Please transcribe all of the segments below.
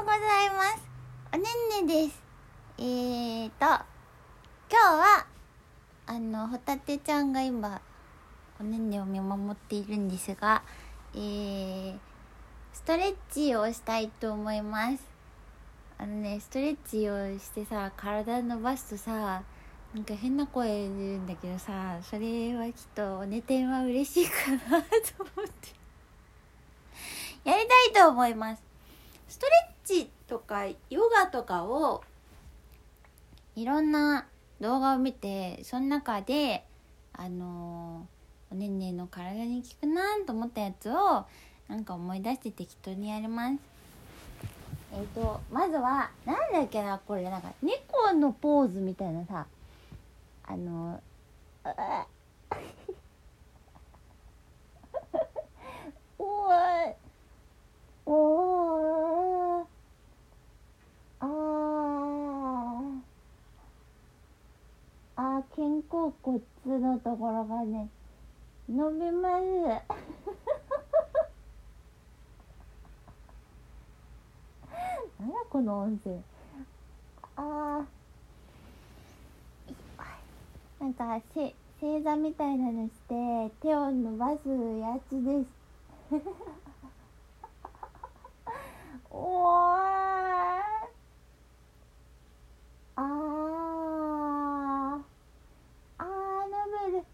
ございます。おねんねです。今日はホタテちゃんが今おねんねを見守っているんですが、ストレッチをしたいと思います。ストレッチをしてさ、体伸ばすとさ、なんか変な声出るんだけどさ、それはきっとおねてんは嬉しいかなと思ってやりたいと思います。ストレッチとかヨガとかをいろんな動画を見て、その中でおねんねの体に効くなと思ったやつをなんか思い出して適当にやります。まずはなんだっけな、これなんか猫のポーズみたいなさ、おーいおー肩甲骨のところがね伸びますなんだこの音声。なんか正座みたいなのして手を伸ばすやつですおー伸びる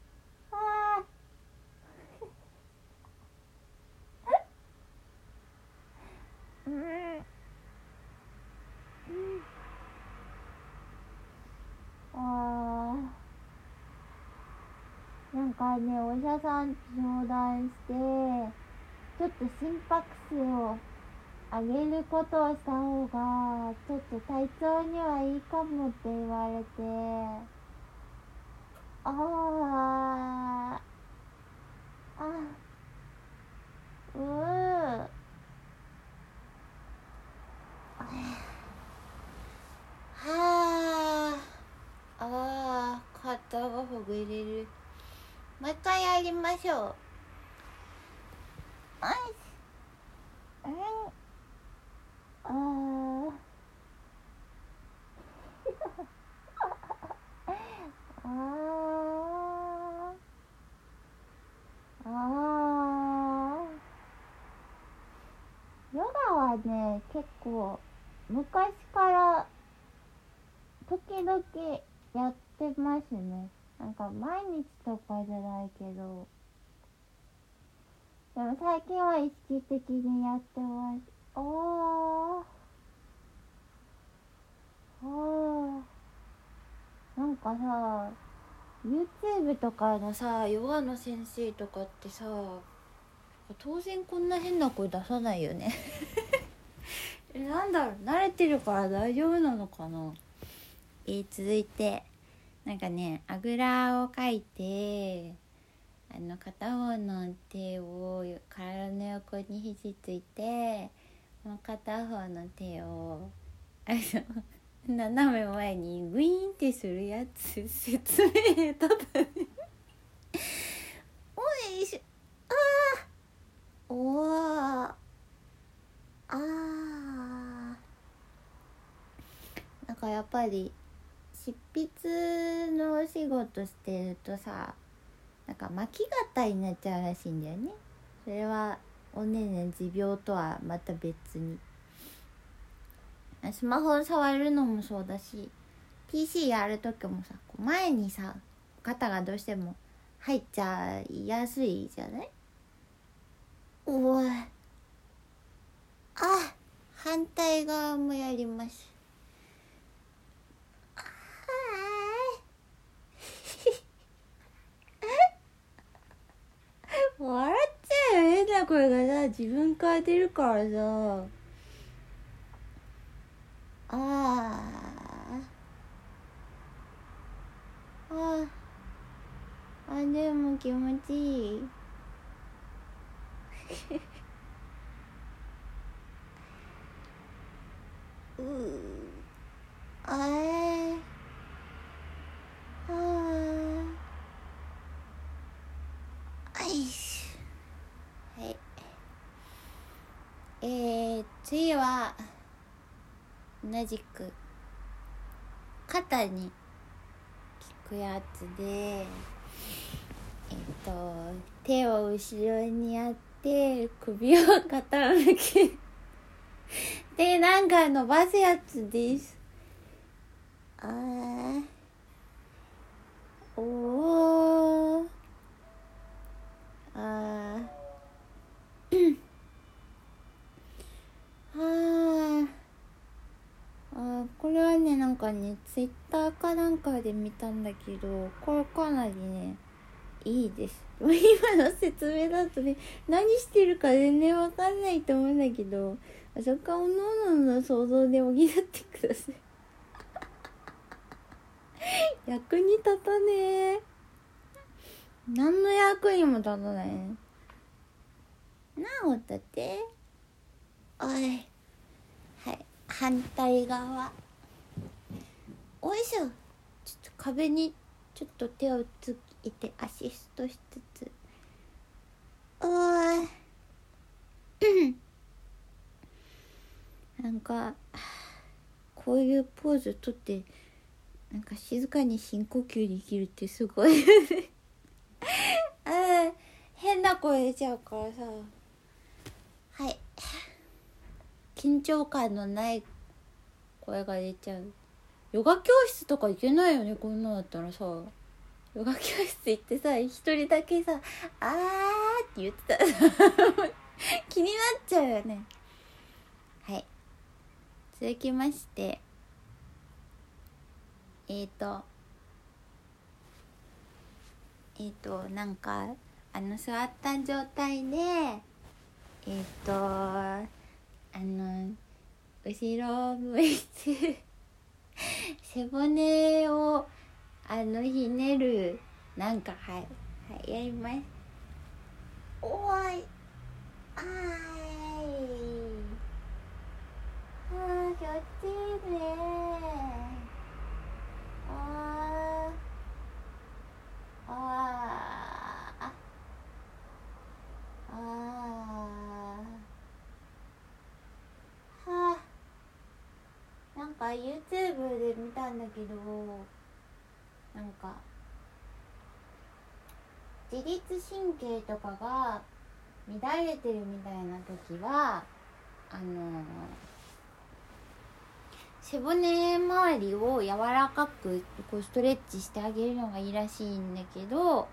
なんかね、お医者さんと相談してちょっと心拍数を上げることをした方がちょっと体調にはいいかもって言われて、肩がほぐれる。もう一回やりましょう。ヨガはね、結構昔から時々やってますね。なんか毎日とかじゃないけど、でも最近は意識的にやってます。なんかさ、YouTube とかのさ、ヨガの先生とかってさ、当然こんな変な声出さないよねなんだろう、慣れてるから大丈夫なのかな。続いてなんかね、あぐらをかいて、片方の手を体の横に肘ついて、もう片方の手を斜め前にグイーンってするやつ、説明下手だねおいしなんかやっぱり執筆のお仕事してるとさ、なんか巻き肩になっちゃうらしいんだよね。それはおねんね持病とはまた別に、スマホを触るのもそうだし PC やるときもさ、前にさ肩がどうしても入っちゃいやすいじゃない。反対側もやります笑っちゃうよ、変な声がさ自分から出るからさ。でも気持ちいい次は同じく肩に効くやつで、手を後ろにやって首を傾けでなんか伸ばすやつです。おーこれはね、なんかね、ツイッターかなんかで見たんだけど、これかなりね、いいです。今の説明だとね、何してるか全然わかんないと思うんだけど、そこはおのおのの想像で補ってください。役に立たねえ。何の役にも立たないね。なおだっておい。はい、反対側。おいしょ。ちょっと壁にちょっと手をついてアシストしつつ、おーいなんかこういうポーズとってなんか静かに深呼吸できるってすごい変な声出ちゃうからさ。はい、緊張感のない声が出ちゃう。ヨガ教室とか行けないよね、こんなだったらさ。ヨガ教室行ってさ、一人だけさって言ってたら気になっちゃうよね。はい、続きましてなんか座った状態で後ろを向いて背骨をひねる、なんかはいやります。おーい気持ちいいね。なんか YouTube で見たんだけど、なんか自律神経とかが乱れてるみたいな時は背骨周りを柔らかくこうストレッチしてあげるのがいいらしいんだけど、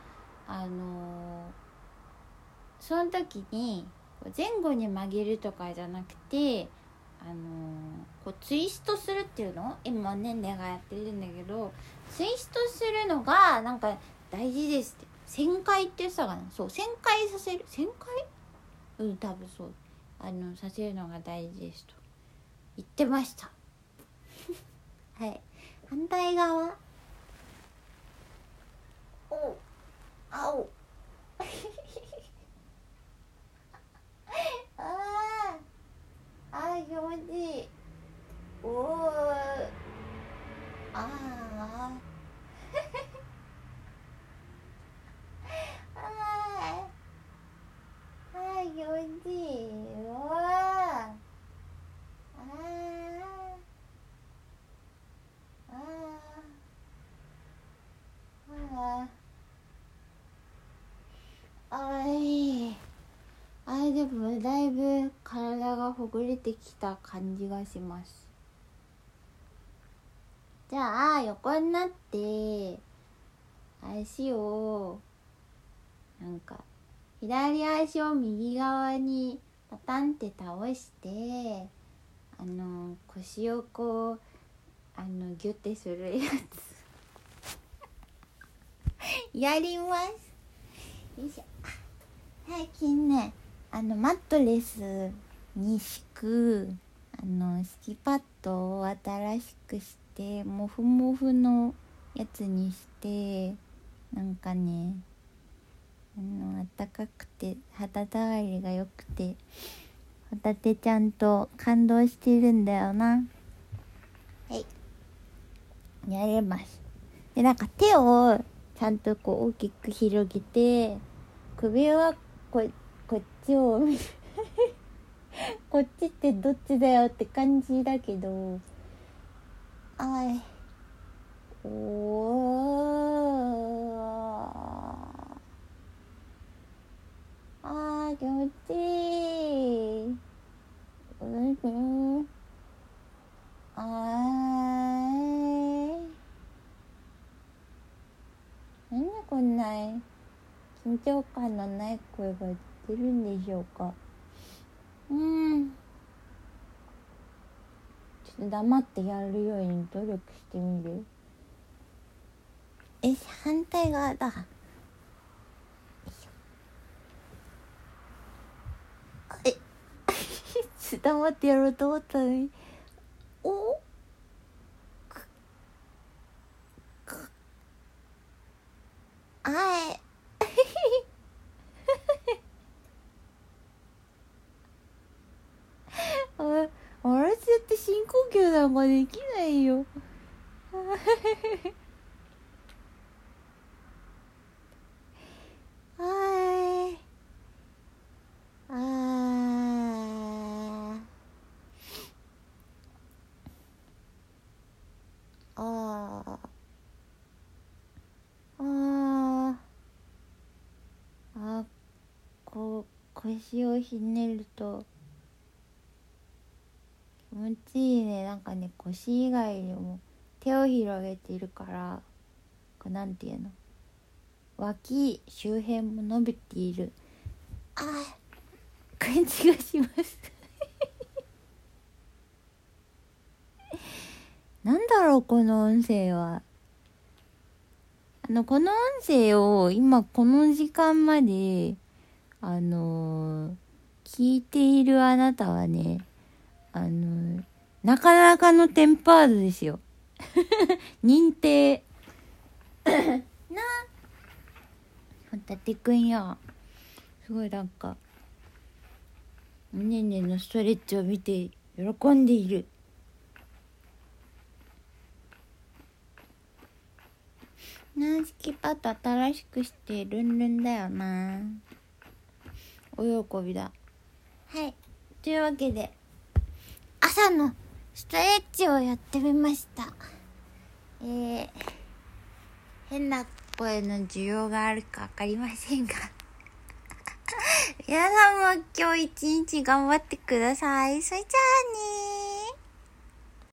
その時に前後に曲げるとかじゃなくてこうツイストするっていうの、今ねねがやってるんだけど、ツイストするのがなんか大事ですって。旋回って言ってたかな。そう、旋回させる、旋回、多分そう、させるのが大事ですと言ってましたはい、反対側。お青気持ちいい。おー気持ちいい。でもだいぶ体がほぐれてきた感じがします。じゃあ横になって足をなんか左足を右側にパタンって倒して腰をこうギュッてするやつやります。よいしょ。最近ねマットレスに敷く敷きパッドを新しくしてモフモフのやつにして、なんかね暖かくて肌触りが良くてホタテちゃんと感動してるんだよな。はいやれます。でなんか手をちゃんとこう大きく広げて、首はこっちを見るこっちってどっちだよって感じだけど、 あいおーあー気持ちいいあーいなんでこんな緊張感のない声が出るんでしょうか。ちょっと黙ってやるように努力してみる。反対側だ。黙ってやろうと思ったのに。おあい私だって深呼吸なんかできないよ。はいあーあー腰をひねると気持ちいいね。なんかね、腰以外にも手を広げているからなんていうの、脇周辺も伸びている感じがしますなんだろうこの音声は。この音声を今この時間まで聞いているあなたはね、なかなかのテンパードですよ認定なホタテくんよ。すごいなんかおねんねのストレッチを見て喜んでいる。スキパッド新しくしてルンルンだよな。お喜びだ。はい、というわけで朝のストレッチをやってみました。変な声の需要があるか分かりませんが皆さんも今日一日頑張ってください。それじゃあねー。